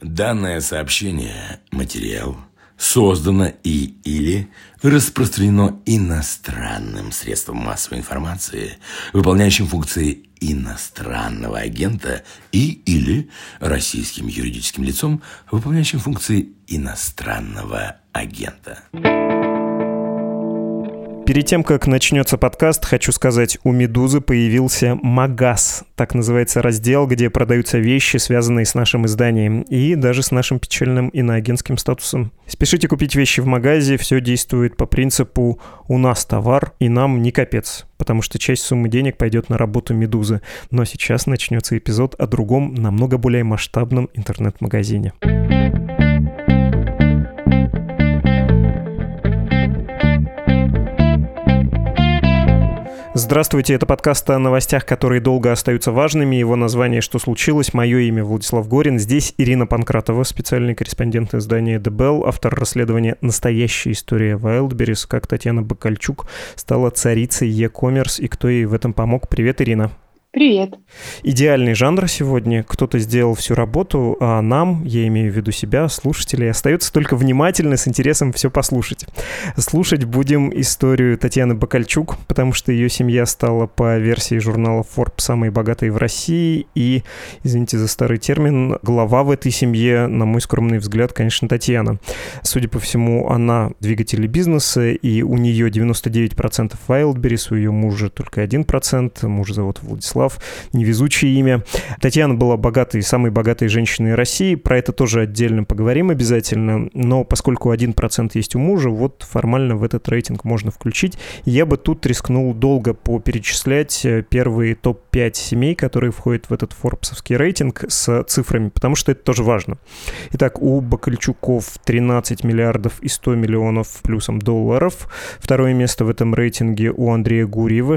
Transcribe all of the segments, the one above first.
Данное сообщение, материал, создано или распространено иностранным средством массовой информации, выполняющим функции иностранного агента или российским юридическим лицом, выполняющим функции иностранного агента. Перед тем, как начнется подкаст, хочу сказать, у «Медузы» появился магаз. Так называется раздел, где продаются вещи, связанные с нашим изданием, и даже с нашим печальным иноагентским статусом. Спешите купить вещи в магазе, все действует по принципу «у нас товар, и нам не капец», потому что часть суммы денег пойдет на работу «Медузы». Но сейчас начнется эпизод о другом, намного более масштабном интернет-магазине. Здравствуйте, это подкаст о новостях, которые долго остаются важными. Его название «Что случилось?». Мое имя Владислав Горин. Здесь Ирина Панкратова, специальный корреспондент издания The Bell, автор расследования «Настоящая история Wildberries», как Татьяна Бакальчук стала царицей e-commerce и кто ей в этом помог. Привет, Ирина. Привет. Идеальный жанр сегодня. Кто-то сделал всю работу, а нам, я имею в виду себя, слушателей, остается только внимательно, с интересом все послушать. Слушать будем историю Татьяны Бакальчук, потому что ее семья стала по версии журнала Forbes самой богатой в России. И, извините за старый термин, глава в этой семье, на мой скромный взгляд, конечно, Татьяна. Судя по всему, она двигатель бизнеса, и у нее 99% Wildberries, у ее мужа только 1%. Муж зовут Владислав. Невезучее имя. Татьяна была богатой, самой богатой женщиной России. Про это тоже отдельно поговорим обязательно. Но поскольку 1% есть у мужа, вот формально в этот рейтинг можно включить. Я бы тут рискнул долго поперечислять первые топ-5 семей, которые входят в этот форбсовский рейтинг с цифрами, потому что это тоже важно. Итак, у Бакальчуков 13 миллиардов и 100 миллионов плюсом долларов. Второе место в этом рейтинге у Андрея Гурьева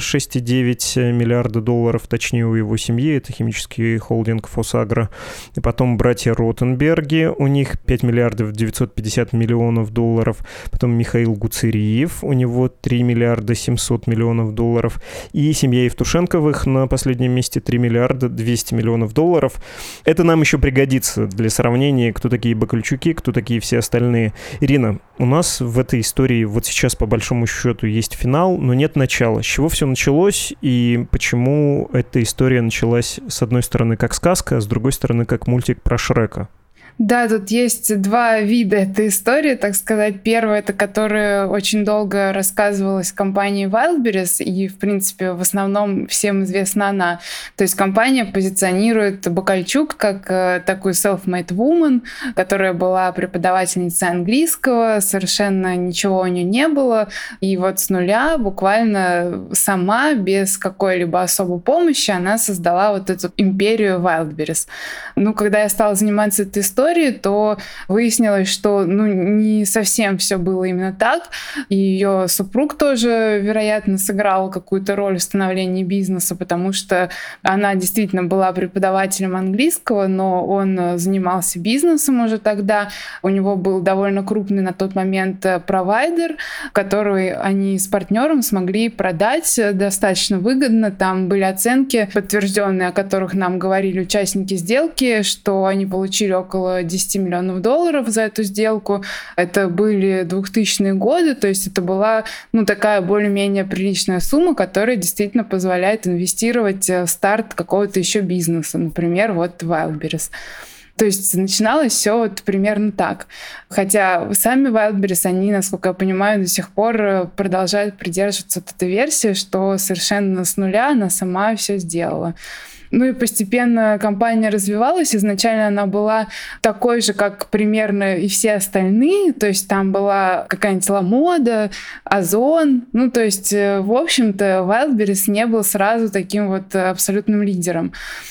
6,9 миллиарда долларов. Точнее, у его семьи, это химический холдинг «Фосагро». И потом братья Ротенберги, у них 5 миллиардов 950 миллионов долларов. Потом Михаил Гуцериев, у него 3 миллиарда 700 миллионов долларов. И семья Евтушенковых на последнем месте 3 миллиарда 200 миллионов долларов. Это нам еще пригодится для сравнения, кто такие Бакальчуки, кто такие все остальные. Ирина, у нас в этой истории вот сейчас по большому счету есть финал, но нет начала. С чего все началось и почему эта история началась, с одной стороны, как сказка, а с другой стороны, как мультик про Шрека? Да, тут есть два вида этой истории, так сказать. Первая, это которая очень долго рассказывалась компанией Wildberries, и, в принципе, в основном всем известна она. То есть компания позиционирует Бакальчук как такую self-made woman, которая была преподавательницей английского, совершенно ничего у нее не было, и вот с нуля, буквально сама, без какой-либо особой помощи, она создала вот эту империю Wildberries. Когда я стала заниматься этой историей, то выяснилось, что не совсем все было именно так. И ее супруг тоже, вероятно, сыграл какую-то роль в становлении бизнеса, потому что она действительно была преподавателем английского, но он занимался бизнесом уже тогда. У него был довольно крупный на тот момент провайдер, который они с партнером смогли продать достаточно выгодно. Там были оценки подтвержденные, о которых нам говорили участники сделки, что они получили около 10 миллионов долларов за эту сделку. Это были 2000-е годы, то есть это была такая более-менее приличная сумма, которая действительно позволяет инвестировать в старт какого-то еще бизнеса, например, вот Wildberries. То есть начиналось все вот примерно так. Хотя сами Wildberries, они, насколько я понимаю, до сих пор продолжают придерживаться вот этой версии, что совершенно с нуля она сама все сделала. И постепенно компания развивалась. Изначально она была такой же, как примерно и все остальные. То есть там была какая-нибудь Ламода, Озон. То есть, в общем-то, Wildberries не был сразу таким вот абсолютным лидером.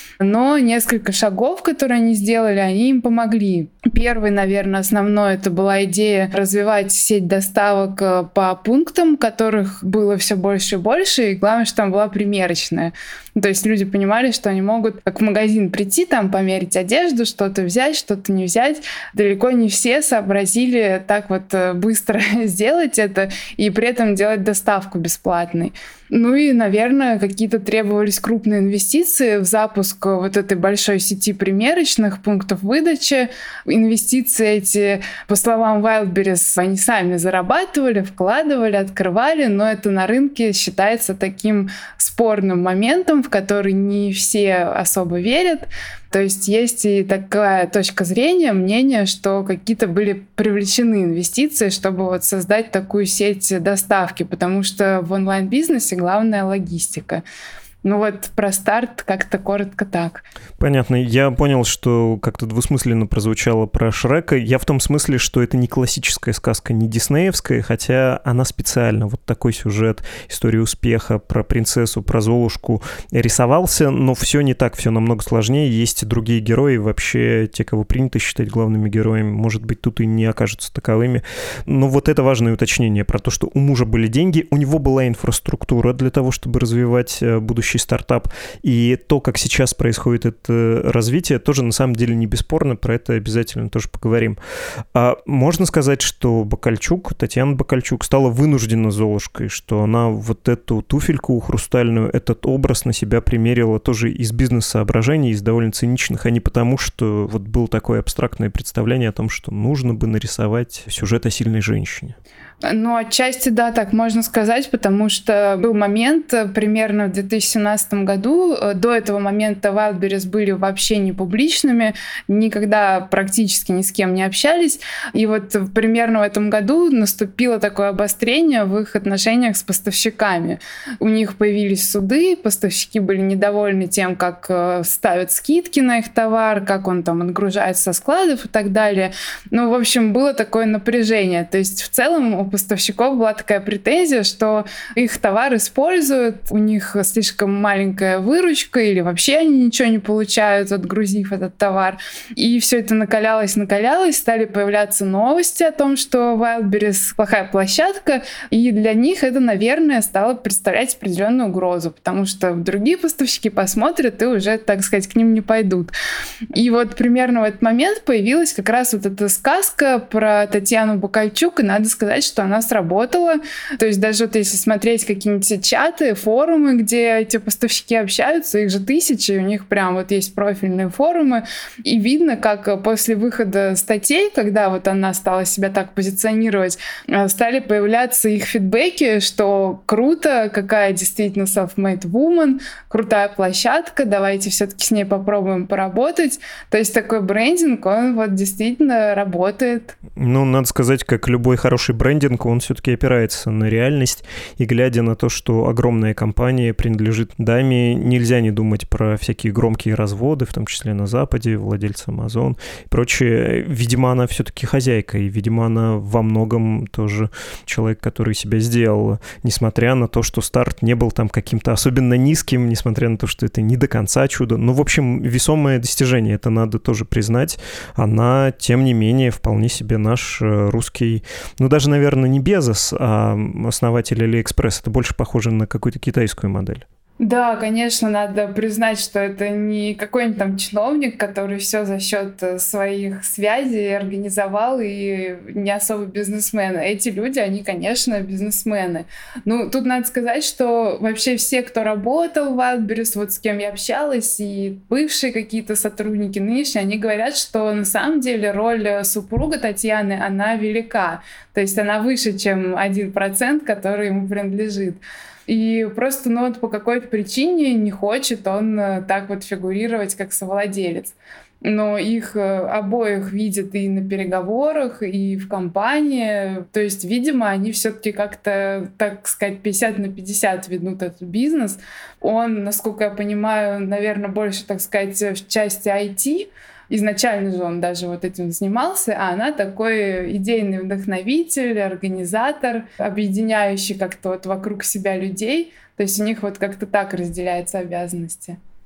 Но несколько шагов, которые они сделали, они им помогли. Первый, наверное, основной, это была идея развивать сеть доставок по пунктам, которых было все больше и больше, и главное, что там была примерочная. То есть люди понимали, что они могут как в магазин прийти, там померить одежду, что-то взять, что-то не взять. Далеко не все сообразили так вот быстро сделать это и при этом делать доставку бесплатной. Ну и, наверное, какие-то требовались крупные инвестиции в запуск вот этой большой сети примерочных пунктов выдачи. Инвестиции эти, по словам Wildberries, они сами зарабатывали, вкладывали, открывали, но это на рынке считается таким спорным моментом, в который не все особо верят. То есть есть и такая точка зрения, мнение, что какие-то были привлечены инвестиции, чтобы вот создать такую сеть доставки, потому что в онлайн-бизнесе главная логистика. Ну вот про старт как-то коротко так. Понятно. Я понял, что как-то двусмысленно прозвучало про Шрека. Я в том смысле, что это не классическая сказка, не диснеевская, хотя она специально, вот такой сюжет, история успеха про принцессу, про Золушку рисовался, но все не так, все намного сложнее. Есть и другие герои, вообще те, кого принято считать главными героями, может быть, тут и не окажутся таковыми. Но вот это важное уточнение про то, что у мужа были деньги, у него была инфраструктура для того, чтобы развивать будущий стартап, и то, как сейчас происходит это развитие, тоже на самом деле не бесспорно, про это обязательно тоже поговорим. А можно сказать, что Бакальчук, Татьяна Бакальчук, стала вынуждена Золушкой, что она вот эту туфельку хрустальную, этот образ на себя примерила тоже из бизнес-соображений, из довольно циничных, а не потому, что вот было такое абстрактное представление о том, что нужно бы нарисовать сюжет о сильной женщине. Ну, отчасти, да, так можно сказать, потому что был момент примерно в 2017 году, до этого момента Wildberries были вообще не публичными, никогда практически ни с кем не общались, и вот примерно в этом году наступило такое обострение в их отношениях с поставщиками. У них появились суды, поставщики были недовольны тем, как ставят скидки на их товар, как он там отгружается со складов и так далее. Ну, в общем, было такое напряжение. То есть в целом у поставщиков была такая претензия, что их товар используют, у них слишком маленькая выручка или вообще они ничего не получают, отгрузив этот товар. И все это накалялось, стали появляться новости о том, что Wildberries плохая площадка, и для них это, наверное, стало представлять определенную угрозу, потому что другие поставщики посмотрят и уже, так сказать, к ним не пойдут. И вот примерно в этот момент появилась как раз вот эта сказка про Татьяну Бакальчук, и надо сказать, что она сработала. То есть даже вот если смотреть какие-нибудь чаты, форумы, где эти поставщики общаются, их же тысячи, у них прям вот есть профильные форумы, и видно, как после выхода статей, когда вот она стала себя так позиционировать, стали появляться их фидбэки, что круто, какая действительно self-made woman, крутая площадка, давайте все-таки с ней попробуем поработать. То есть такой брендинг, он вот действительно работает. Ну, надо сказать, как любой хороший брендинг, он все-таки опирается на реальность, и глядя на то, что огромная компания принадлежит даме, нельзя не думать про всякие громкие разводы, в том числе на Западе, владельца Amazon и прочее. Видимо, она все-таки хозяйка, и, видимо, она во многом тоже человек, который себя сделал, несмотря на то, что старт не был там каким-то особенно низким, несмотря на то, что это не до конца чудо. Ну, в общем, весомое достижение, это надо тоже признать. Она, тем не менее, вполне себе наш русский, ну, даже, наверное, не Безос, а основатель AliExpress. Это больше похоже на какую-то китайскую модель. Да, конечно, надо признать, что это не какой-нибудь там чиновник, который все за счет своих связей организовал, и не особо бизнесмен. Эти люди, они, конечно, бизнесмены. Ну, тут надо сказать, что вообще все, кто работал в Wildberries, вот с кем я общалась, и бывшие какие-то сотрудники, нынешние, они говорят, что на самом деле роль супруга Татьяны, она велика. То есть она выше, чем 1%, который ему принадлежит. И просто, ну вот по какой-то причине не хочет он так вот фигурировать, как совладелец. Но их обоих видят и на переговорах, и в компании. То есть, видимо, они все-таки как-то, так сказать, 50/50 ведут этот бизнес. Он, насколько я понимаю, наверное, больше, так сказать, в части IT. Изначально же он даже вот этим занимался, а она такой идейный вдохновитель, организатор, объединяющий как-то вот вокруг себя людей. То есть у них вот как-то так разделяются обязанности.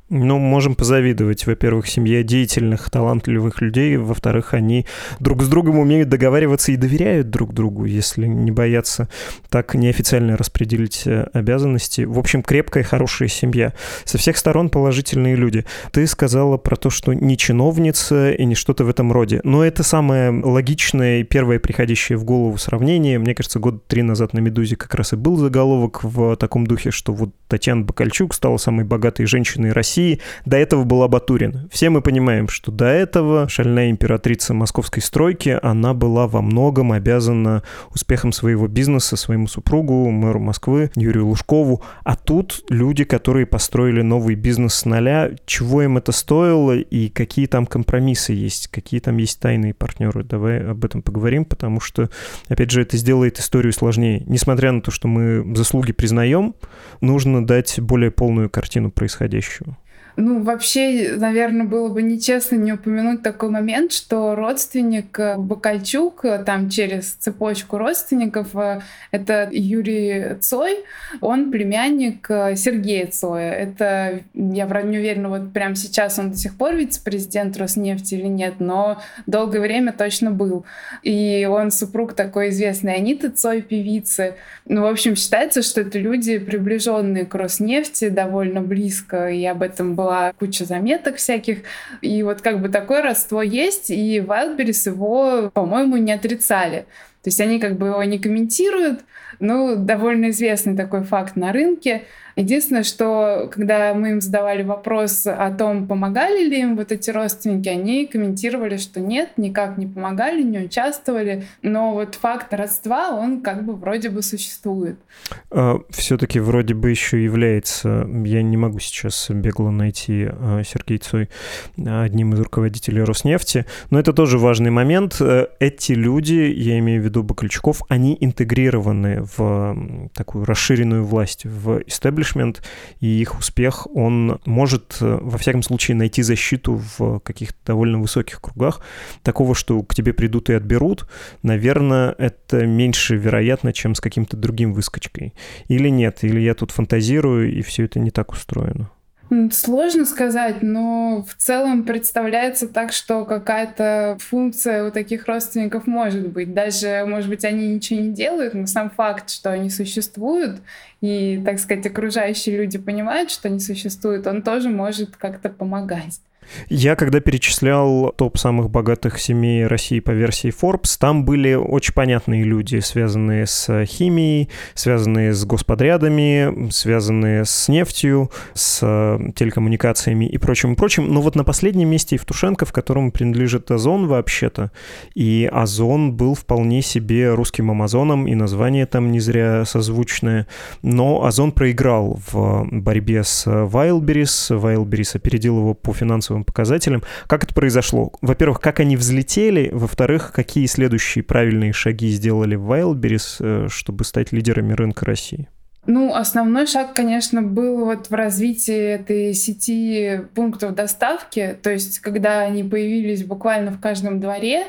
Ну, можем позавидовать. Во-первых, семья деятельных, талантливых людей. Во-вторых, они друг с другом умеют договариваться и доверяют друг другу, если не боятся так неофициально распределить обязанности. В общем, крепкая и хорошая семья. Со всех сторон положительные люди. Ты сказала про то, что не чиновница и не что-то в этом роде. Но это самое логичное и первое приходящее в голову сравнение. Мне кажется, 3 года назад на «Медузе» как раз и был заголовок в таком духе, что вот Татьяна Бакальчук стала самой богатой женщиной России. До этого была Батурин. Все мы понимаем, что до этого шальная императрица московской стройки, она была во многом обязана успехом своего бизнеса своему супругу, мэру Москвы, Юрию Лужкову. А тут люди, которые построили новый бизнес с нуля, чего им это стоило и какие там компромиссы есть, какие там есть тайные партнеры. Давай об этом поговорим, потому что, опять же, это сделает историю сложнее. Несмотря на то, что мы заслуги признаем, нужно дать более полную картину происходящего. Ну, вообще, наверное, было бы нечестно не упомянуть такой момент, что родственник Бакальчук, там через цепочку родственников, это Юрий Цой, он племянник Сергея Цоя. Это, я, правда, не уверена, вот прямо сейчас он до сих пор вице-президент Роснефти или нет, но долгое время точно был. И он супруг такой известной Аниты Цой, певицы. Ну, в общем, считается, что это люди, приближенные к Роснефти довольно близко, и об этом была куча заметок всяких. И вот как бы такое родство есть, и Wildberries его, по-моему, не отрицали. То есть они как бы его не комментируют. Ну, довольно известный такой факт на рынке. Единственное, что когда мы им задавали вопрос о том, помогали ли им вот эти родственники, они комментировали, что нет, никак не помогали, не участвовали. Но вот факт родства, он как бы вроде бы существует. Все-таки вроде бы еще является, я не могу сейчас бегло найти Сергей Цой одним из руководителей Роснефти, но это тоже важный момент. Эти люди, я имею в виду Бакальчуков, они интегрированы в такую расширенную власть, в истеблишмент, и их успех, он может, во всяком случае, найти защиту в каких-то довольно высоких кругах. Такого, что к тебе придут и отберут, наверное, это меньше вероятно, чем с каким-то другим выскочкой. Или нет, или я тут фантазирую, и все это не так устроено. Сложно сказать, но в целом представляется так, что какая-то функция у таких родственников может быть. Даже, может быть, они ничего не делают, но сам факт, что они существуют, и, так сказать, окружающие люди понимают, что они существуют, он тоже может как-то помогать. Я, когда перечислял топ самых богатых семей России по версии Forbes, там были очень понятные люди, связанные с химией, связанные с господрядами, связанные с нефтью, с телекоммуникациями и прочим. Но вот на последнем месте Евтушенко, в котором принадлежит Озон вообще-то, и Озон был вполне себе русским Амазоном, и название там не зря созвучное, но Озон проиграл в борьбе с Wildberries. Wildberries опередил его по финансовым показателям. Как это произошло? Во-первых, как они взлетели? Во-вторых, какие следующие правильные шаги сделали Wildberries, чтобы стать лидерами рынка России? Ну, основной шаг, конечно, был вот в развитии этой сети пунктов доставки. То есть, когда они появились буквально в каждом дворе,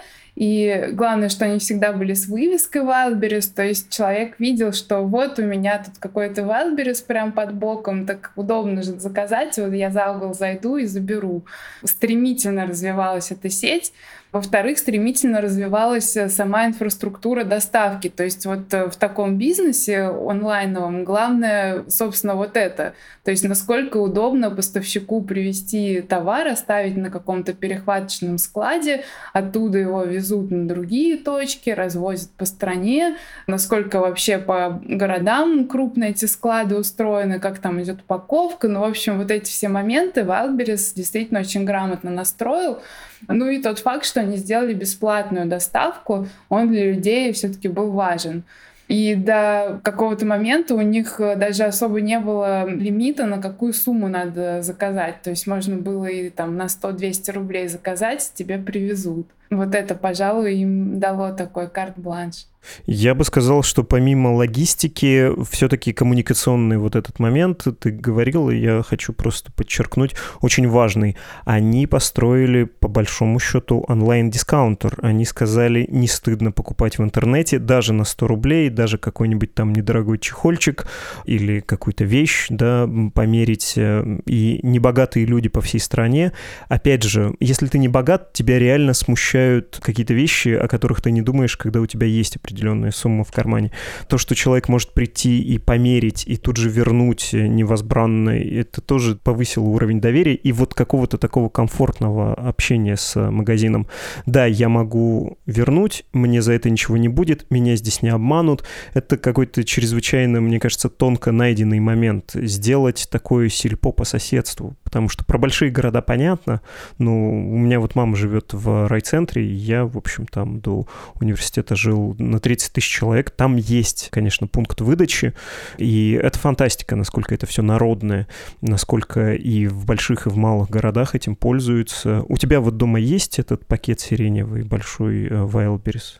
и главное, что они всегда были с вывеской Wildberries, то есть человек видел, что вот у меня тут какой-то Wildberries прям под боком, так удобно же заказать, вот я за угол зайду и заберу. Стремительно развивалась эта сеть. Во-вторых, стремительно развивалась сама инфраструктура доставки. То есть вот в таком бизнесе онлайновом главное, собственно, вот это. То есть насколько удобно поставщику привезти товар, оставить на каком-то перехваточном складе, оттуда его везут на другие точки, развозят по стране, насколько вообще по городам крупно эти склады устроены, как там идет упаковка. Ну, в общем, вот эти все моменты Wildberries действительно очень грамотно настроил. Ну и тот факт, что они сделали бесплатную доставку, он для людей все-таки был важен. И до какого-то момента у них даже особо не было лимита, на какую сумму надо заказать. То есть можно было и там на 100-200 рублей заказать, тебе привезут. Вот это, пожалуй, им дало такой карт-бланш. Я бы сказал, что помимо логистики, все-таки коммуникационный вот этот момент, ты говорил, и я хочу просто подчеркнуть, очень важный. Они построили, по большому счету, онлайн-дискаунтер. Они сказали, не стыдно покупать в интернете, даже на 100 рублей, даже какой-нибудь там недорогой чехольчик или какую-то вещь, да, померить. И небогатые люди по всей стране. Опять же, если ты не богат, тебя реально смущают какие-то вещи, о которых ты не думаешь, когда у тебя есть определенная сумма в кармане. То, что человек может прийти и померить, и тут же вернуть невозбранно, это тоже повысило уровень доверия и вот какого-то такого комфортного общения с магазином. Да, я могу вернуть, мне за это ничего не будет, меня здесь не обманут. Это какой-то чрезвычайно, мне кажется, тонко найденный момент. Сделать такое сельпо по соседству. Потому что про большие города понятно, но у меня вот мама живет в райцентре, и я, в общем, там до университета жил на 30 тысяч человек. Там есть, конечно, пункт выдачи, и это фантастика, насколько это все народное, насколько и в больших, и в малых городах этим пользуются. У тебя вот дома есть этот пакет сиреневый большой Wildberries?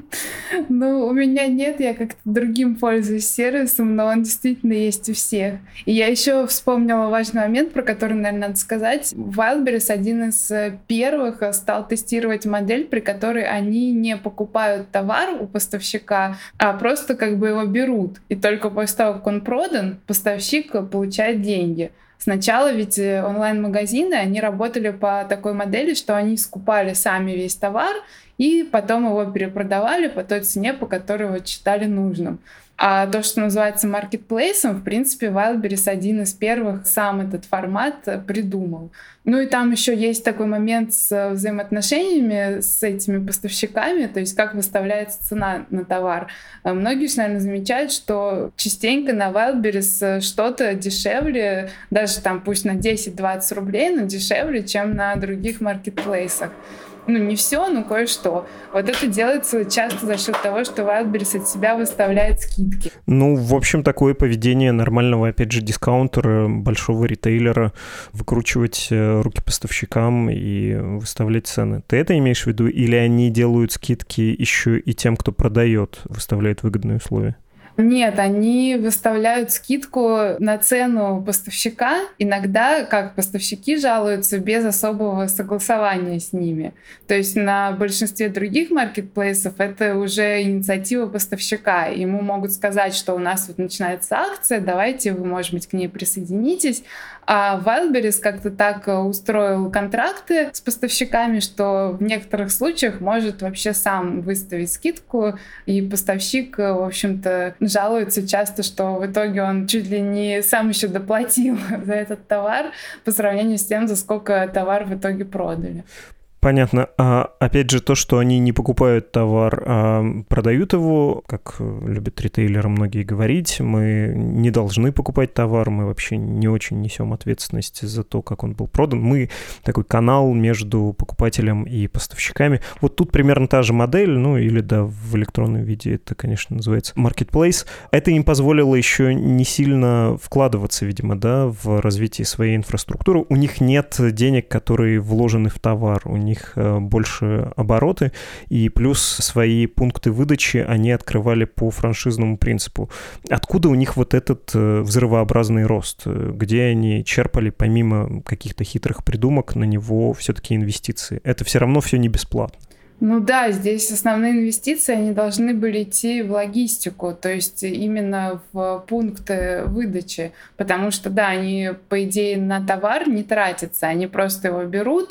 Ну, у меня нет, я как-то другим пользуюсь сервисом, но он действительно есть у всех. И я еще вспомнила важный момент, про который, наверное, надо сказать. Wildberries один из первых стал тестировать модель, при которой они не покупают товар у поставщика, а просто как бы его берут. И только после того, как он продан, поставщик получает деньги. Сначала ведь онлайн-магазины, они работали по такой модели, что они скупали сами весь товар и потом его перепродавали по той цене, по которой вот считали нужным. А то, что называется маркетплейсом, в принципе, Wildberries один из первых сам этот формат придумал. Ну и там еще есть такой момент с взаимоотношениями с этими поставщиками, то есть как выставляется цена на товар. Многие, наверное, замечают, что частенько на Wildberries что-то дешевле, даже там пусть на 10-20 рублей, но дешевле, чем на других маркетплейсах. Ну, не все, но кое-что. Вот это делается часто за счет того, что Wildberries от себя выставляет скидки. Ну, в общем, такое поведение нормального, опять же, дискаунтера, большого ритейлера, выкручивать руки поставщикам и выставлять цены. Ты это имеешь в виду? Или они делают скидки еще и тем, кто продает, выставляет выгодные условия? Нет, они выставляют скидку на цену поставщика. Иногда, как поставщики жалуются, без особого согласования с ними. То есть на большинстве других маркетплейсов это уже инициатива поставщика. Ему могут сказать, что у нас вот начинается акция, давайте вы, может быть, к ней присоединитесь. А Wildberries как-то так устроил контракты с поставщиками, что в некоторых случаях может вообще сам выставить скидку, и поставщик, в общем-то, жалуется часто, что в итоге он чуть ли не сам еще доплатил за этот товар по сравнению с тем, за сколько товар в итоге продали. Понятно. А опять же, то, что они не покупают товар, а продают его, как любят ритейлеры многие говорить, мы не должны покупать товар, мы вообще не очень несем ответственность за то, как он был продан. Мы такой канал между покупателем и поставщиками. Вот тут примерно та же модель, ну или да, в электронном виде это, конечно, называется marketplace. Это им позволило еще не сильно вкладываться, видимо, да, в развитие своей инфраструктуры. У них нет денег, которые вложены в товар, у них больше обороты, и плюс свои пункты выдачи они открывали по франшизному принципу. Откуда у них вот этот взрывообразный рост? Где они черпали, помимо каких-то хитрых придумок, на него все-таки инвестиции? Это все равно все не бесплатно. Ну да, здесь основные инвестиции, они должны были идти в логистику, то есть именно в пункты выдачи, потому что, да, они, по идее, на товар не тратятся, они просто его берут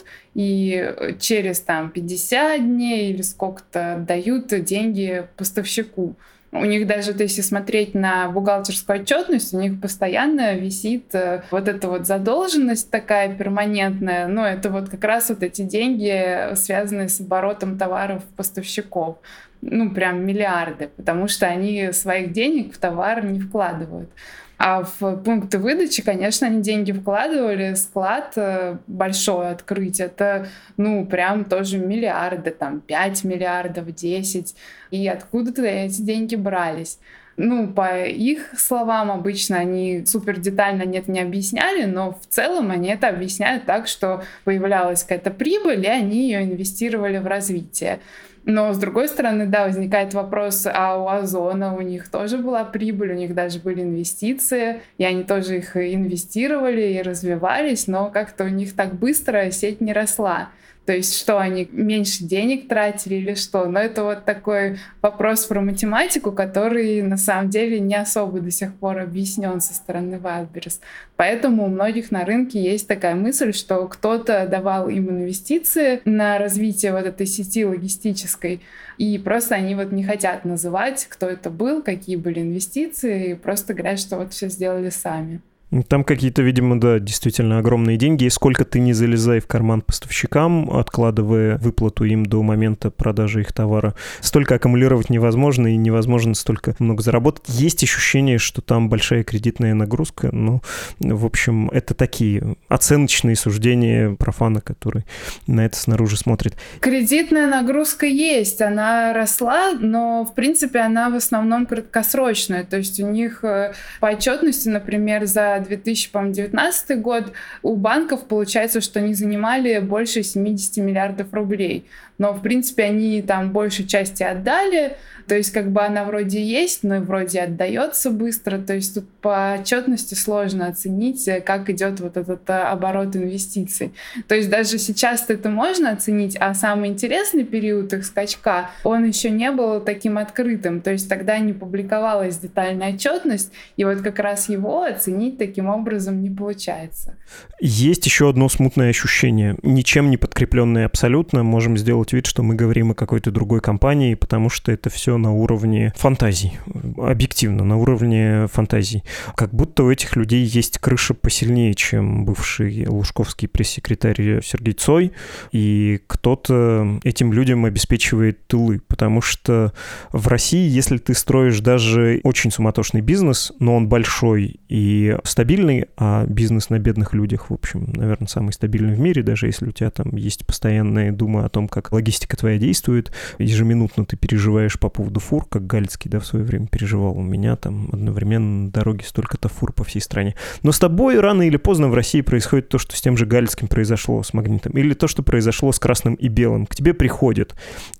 и через там 50 дней или сколько-то отдают деньги поставщику. У них даже, вот если смотреть на бухгалтерскую отчетность, у них постоянно висит вот эта вот задолженность такая перманентная. Но это вот как раз вот эти деньги, связанные с оборотом товаров поставщиков. Ну, прям миллиарды, потому что они своих денег в товар не вкладывают. А в пункты выдачи, конечно, они деньги вкладывали, склад большой открыть, это, ну, прям тоже миллиарды, там, 5 миллиардов, 10. И откуда-то эти деньги брались. По их словам, обычно они супер детально не объясняли, но в целом они это объясняют так, что появлялась какая-то прибыль, и они ее инвестировали в развитие. Но, с другой стороны, да, возникает вопрос, а у Озона у них тоже была прибыль, у них даже были инвестиции, и они тоже их инвестировали и развивались, но как-то у них так быстро сеть не росла. То есть что, они меньше денег тратили или что? Но это вот такой вопрос про математику, который на самом деле не особо до сих пор объяснен со стороны Wildberries. Поэтому у многих на рынке есть такая мысль, что кто-то давал им инвестиции на развитие вот этой сети логистической, и просто они вот не хотят называть, кто это был, какие были инвестиции, и просто говорят, что вот все сделали сами. Там какие-то, видимо, да, действительно огромные деньги, и сколько ты не залезай в карман поставщикам, откладывая выплату им до момента продажи их товара, столько аккумулировать невозможно, и невозможно столько много заработать. Есть ощущение, что там большая кредитная нагрузка, но, в общем, это такие оценочные суждения профана, который на это снаружи смотрит. Кредитная нагрузка есть, она росла, но, в принципе, она в основном краткосрочная, то есть у них по отчетности, например, за 2019 год у банков получается, что они занимали больше 70 миллиардов рублей. Но, в принципе, они там большей части отдали. То есть, как бы она вроде есть, но вроде отдается быстро. То есть тут по отчетности сложно оценить, как идет вот этот оборот инвестиций. То есть даже сейчас это можно оценить, а самый интересный период их скачка, он еще не был таким открытым. То есть тогда не публиковалась детальная отчетность, и вот как раз его оценить таким образом не получается. Есть еще одно смутное ощущение, ничем не подкрепленное абсолютно. Можем сделать вид, что мы говорим о какой-то другой компании, потому что это все на уровне фантазий. Объективно, на уровне фантазий. Как будто у этих людей есть крыша посильнее, чем бывший лужковский пресс-секретарь Сергей Цой, и кто-то этим людям обеспечивает тылы, потому что в России, если ты строишь даже очень суматошный бизнес, но он большой и стабильный, а бизнес на бедных людях, в общем, наверное, самый стабильный в мире, даже если у тебя там есть постоянная дума о том, как логистика твоя действует, ежеминутно ты переживаешь по поводу фур, как Галицкий, да, в свое время переживал. У меня там одновременно на дороге столько-то фур по всей стране. Но с тобой рано или поздно в России происходит то, что с тем же Галицким произошло, с Магнитом, или то, что произошло с Красным и Белым. К тебе приходят,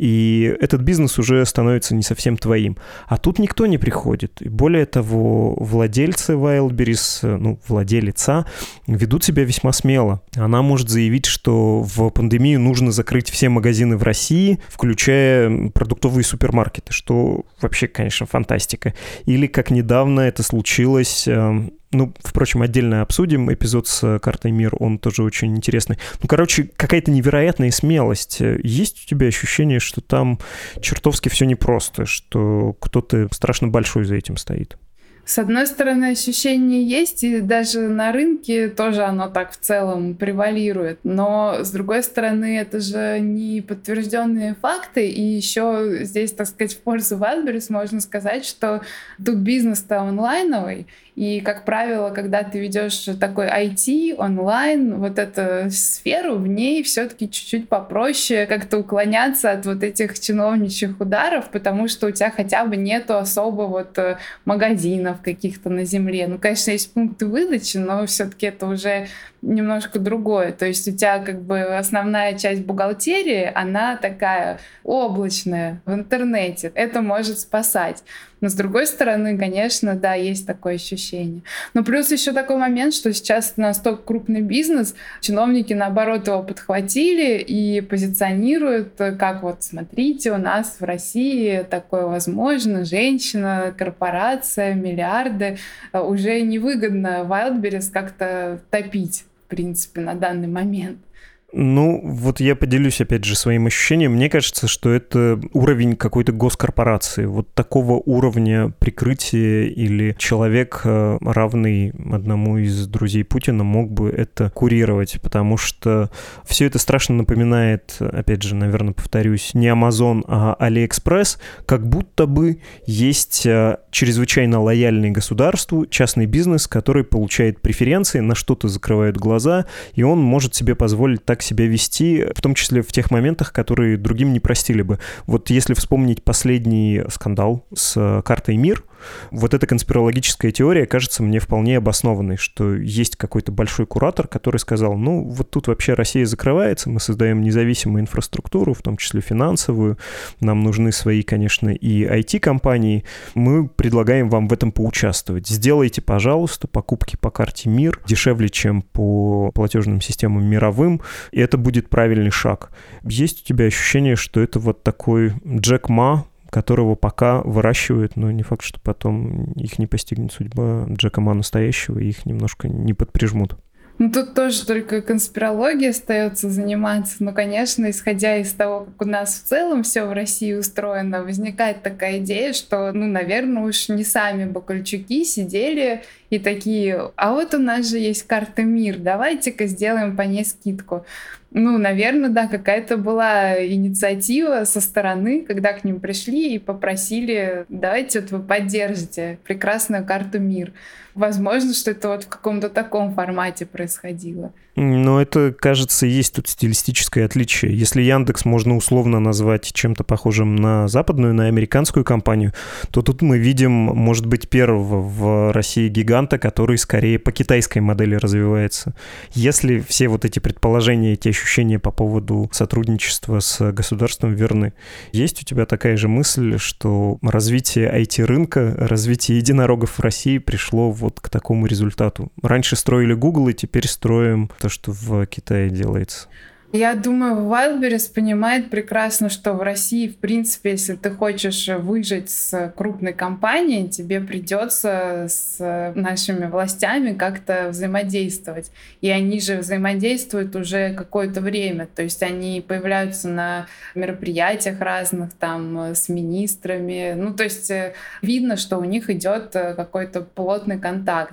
и этот бизнес уже становится не совсем твоим. А тут никто не приходит. И более того, владельцы Wildberries, владелица, ведут себя весьма смело. Она может заявить, что в пандемию нужно закрыть все магазины в России, включая продуктовые супермаркеты, что вообще, конечно, фантастика. Или, как недавно это случилось... впрочем, отдельно обсудим эпизод с картой «Мир», он тоже очень интересный. Какая-то невероятная смелость. Есть у тебя ощущение, что там чертовски все непросто, что кто-то страшно большой за этим стоит? С одной стороны, ощущение есть, и даже на рынке тоже оно так в целом превалирует. Но, с другой стороны, это же не подтвержденные факты. И еще здесь, так сказать, в пользу Wildberries можно сказать, что тут бизнес-то онлайновый. И, как правило, когда ты ведешь такой IT, онлайн, вот эту сферу, в ней все-таки чуть-чуть попроще как-то уклоняться от вот этих чиновничьих ударов, потому что у тебя хотя бы нету особо магазинов каких-то на земле. Конечно, есть пункты выдачи, но все-таки это уже немножко другое. То есть у тебя как бы основная часть бухгалтерии, она такая облачная в интернете. Это может спасать. Но с другой стороны, конечно, да, есть такое ощущение. Но плюс еще такой момент, что сейчас это настолько крупный бизнес, чиновники, наоборот, его подхватили и позиционируют, как смотрите, у нас в России такое возможно, женщина, корпорация, миллиарды. Уже невыгодно Wildberries как-то топить, в принципе, на данный момент. Я поделюсь, опять же, своим ощущением. Мне кажется, что это уровень какой-то госкорпорации. Вот такого уровня прикрытия или человек, равный одному из друзей Путина, мог бы это курировать, потому что все это страшно напоминает, опять же, наверное, повторюсь, не Amazon, а AliExpress, как будто бы есть чрезвычайно лояльный государству частный бизнес, который получает преференции, на что-то закрывают глаза, и он может себе позволить так себя вести, в том числе в тех моментах, которые другим не простили бы. Вот если вспомнить последний скандал с картой «Мир», Вот эта конспирологическая теория кажется мне вполне обоснованной, что есть какой-то большой куратор, который сказал, ну, вот тут вообще Россия закрывается, мы создаем независимую инфраструктуру, в том числе финансовую, нам нужны свои, конечно, и IT-компании, мы предлагаем вам в этом поучаствовать. Сделайте, пожалуйста, покупки по карте МИР дешевле, чем по платежным системам мировым, и это будет правильный шаг. Есть у тебя ощущение, что это вот такой Джек Ма, которого пока выращивают, но не факт, что потом их не постигнет судьба Джека Ма настоящего, и их немножко не подприжмут? Ну, тут тоже только конспирологией остается заниматься. Но, конечно, исходя из того, как у нас в целом все в России устроено, возникает такая идея, что, ну, наверное, уж не сами Бакальчуки сидели и такие, а вот у нас же есть карта МИР, давайте-ка сделаем по ней скидку. Ну, наверное, да, какая-то была инициатива со стороны, когда к ним пришли и попросили, давайте вот вы поддержите прекрасную карту МИР. Возможно, что это вот в каком-то таком формате происходило. Но это, кажется, есть тут стилистическое отличие. Если Яндекс можно условно назвать чем-то похожим на западную, на американскую компанию, то тут мы видим, может быть, первого в России гиганта, который скорее по китайской модели развивается. Если все вот эти предположения, эти ощущения по поводу сотрудничества с государством верны, есть у тебя такая же мысль, что развитие IT-рынка, развитие единорогов в России пришло вот к такому результату? Раньше строили Google, и теперь строим то, что в Китае делается. Я думаю, Wildberries понимает прекрасно, что в России, в принципе, если ты хочешь выжить с крупной компанией, тебе придется с нашими властями как-то взаимодействовать. И они же взаимодействуют уже какое-то время. То есть они появляются на мероприятиях разных, там, с министрами. Ну, то есть видно, что у них идет какой-то плотный контакт.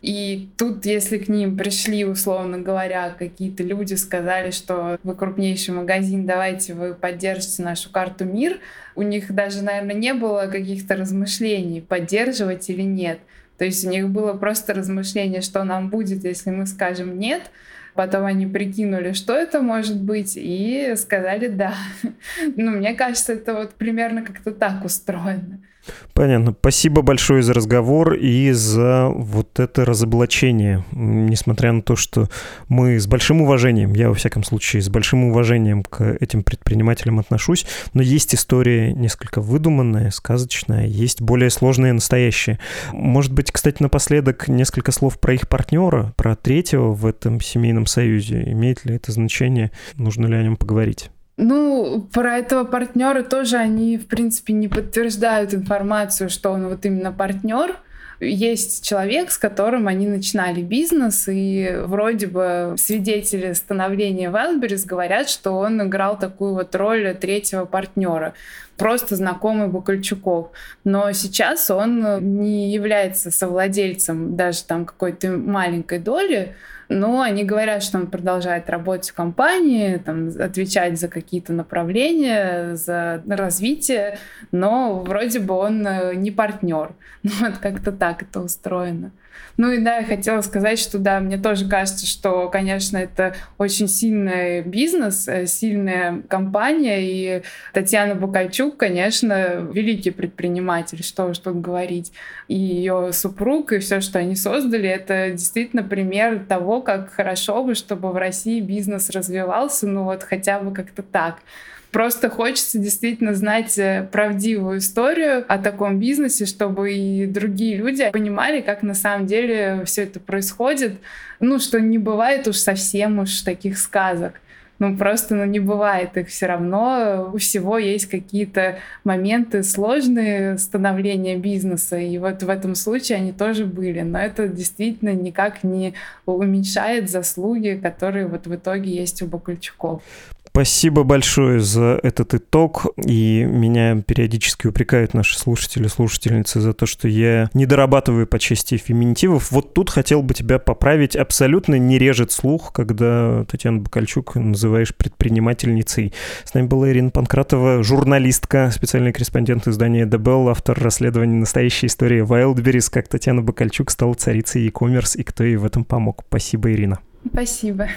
И тут, если к ним пришли, условно говоря, какие-то люди, сказали, что вы крупнейший магазин, давайте вы поддержите нашу карту МИР, у них даже, наверное, не было каких-то размышлений, поддерживать или нет. То есть у них было просто размышление, что нам будет, если мы скажем «нет». Потом они прикинули, что это может быть, и сказали «да». Ну, мне кажется, это вот примерно как-то так устроено. Понятно. Спасибо большое за разговор и за вот это разоблачение. Несмотря на то, что мы с большим уважением, я во всяком случае с большим уважением к этим предпринимателям отношусь, но есть история несколько выдуманная, сказочная, есть более сложная, настоящая. Может быть, кстати, напоследок несколько слов про их партнера, про третьего в этом семейном союзе. Имеет ли это значение? Нужно ли о нем поговорить? Ну, про этого партнера тоже они, в принципе, не подтверждают информацию, что он вот именно партнер. Есть человек, с которым они начинали бизнес, и вроде бы свидетели становления Wildberries говорят, что он играл такую вот роль третьего партнера, просто знакомый Бакальчуков. Но сейчас он не является совладельцем даже там какой-то маленькой доли, но они говорят, что он продолжает работать в компании, там, отвечать за какие-то направления, за развитие, но вроде бы он не партнер. Ну, вот как-то так это устроено. Ну и да, я хотела сказать, что да, мне тоже кажется, что, конечно, это очень сильный бизнес, сильная компания, и Татьяна Бакальчук, конечно, великий предприниматель, что уж тут говорить. И ее супруг, и все, что они создали, это действительно пример того, как хорошо бы, чтобы в России бизнес развивался, ну вот хотя бы как-то так. Просто хочется действительно знать правдивую историю о таком бизнесе, чтобы и другие люди понимали, как на самом деле все это происходит. Ну, что не бывает уж совсем уж таких сказок. Ну, просто не бывает их все равно. У всего есть какие-то моменты сложные становления бизнеса. И вот в этом случае они тоже были. Но это действительно никак не уменьшает заслуги, которые вот в итоге есть у Бакальчуков. Спасибо большое за этот итог, и меня периодически упрекают наши слушатели, слушательницы за то, что я не дорабатываю по части феминитивов. Вот тут хотел бы тебя поправить. Абсолютно не режет слух, когда Татьяну Бакальчук называешь предпринимательницей. С нами была Ирина Панкратова, журналистка, специальный корреспондент издания The Bell, автор расследования «Настоящая история Wildberries», как Татьяна Бакальчук стала царицей e-commerce и кто ей в этом помог. Спасибо, Ирина. Спасибо.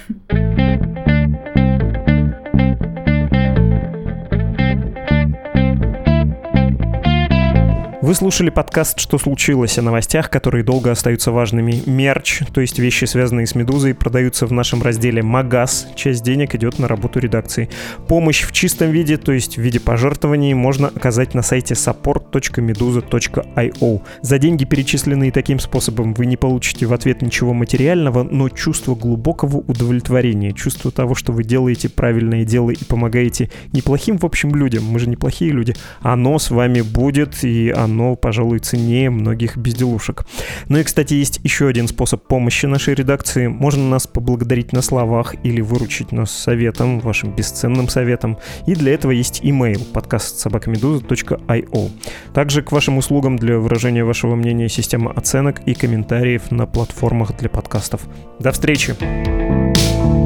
Вы слушали подкаст «Что случилось?» о новостях, которые долго остаются важными. Мерч, то есть вещи, связанные с «Медузой», продаются в нашем разделе «Магаз». Часть денег идет на работу редакции. Помощь в чистом виде, то есть в виде пожертвований, можно оказать на сайте support.meduza.io. За деньги, перечисленные таким способом, вы не получите в ответ ничего материального, но чувство глубокого удовлетворения, чувство того, что вы делаете правильное дело и помогаете неплохим, в общем, людям. Мы же неплохие люди. Оно с вами будет, и оно, пожалуй, ценнее многих безделушек. Ну и, кстати, есть еще один способ помощи нашей редакции. Можно нас поблагодарить на словах или выручить нас советом, вашим бесценным советом. И для этого есть имейл podcast@meduza.io. Также к вашим услугам для выражения вашего мнения система оценок и комментариев на платформах для подкастов. До встречи!